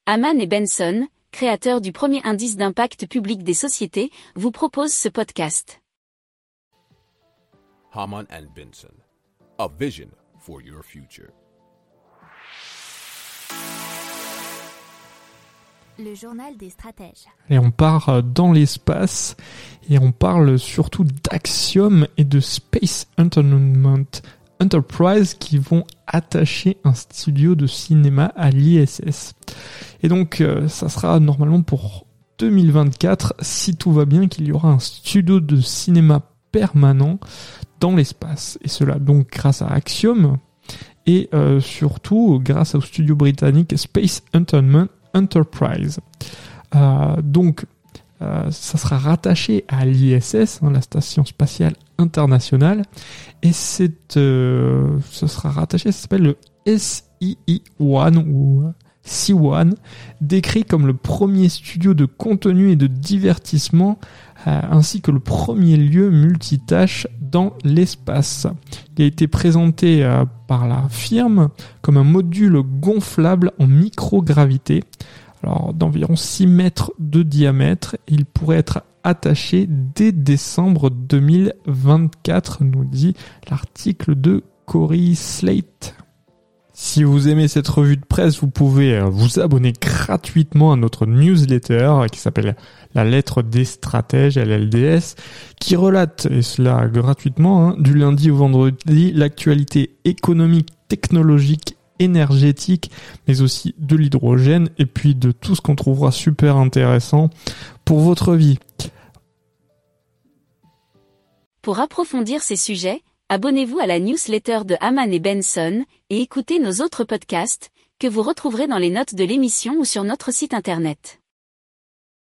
Hamann et Benson, créateurs du premier indice d'impact public des sociétés, vous proposent ce podcast. Hamann and Benson, a vision for your future. Le journal des stratèges. Et on part dans l'espace et on parle surtout d'Axiom et de Space Entertainment Enterprise qui vont attacher un studio de cinéma à l'ISS. Et donc ça sera normalement pour 2024, si tout va bien, qu'il y aura un studio de cinéma permanent dans l'espace. Et cela donc grâce à Axiom et surtout grâce au studio britannique Space Entertainment Enterprise. Ça sera rattaché à l'ISS, la Station Spatiale Internationale, et ça sera rattaché, ça s'appelle le SEE-1 ou C1, décrit comme le premier studio de contenu et de divertissement, ainsi que le premier lieu multitâche dans l'espace. Il a été présenté par la firme comme un module gonflable en microgravité, alors d'environ 6 mètres de diamètre. Il pourrait être attaché dès décembre 2024, nous dit l'article de Corey Slate. Si vous aimez cette revue de presse, vous pouvez vous abonner gratuitement à notre newsletter qui s'appelle La Lettre des Stratèges, LLDS, qui relate, et cela gratuitement, du lundi au vendredi, l'actualité économique, technologique, énergétique, mais aussi de l'hydrogène et puis de tout ce qu'on trouvera super intéressant pour votre vie. Pour approfondir ces sujets, abonnez-vous à la newsletter de Hamann et Benson et écoutez nos autres podcasts que vous retrouverez dans les notes de l'émission ou sur notre site internet.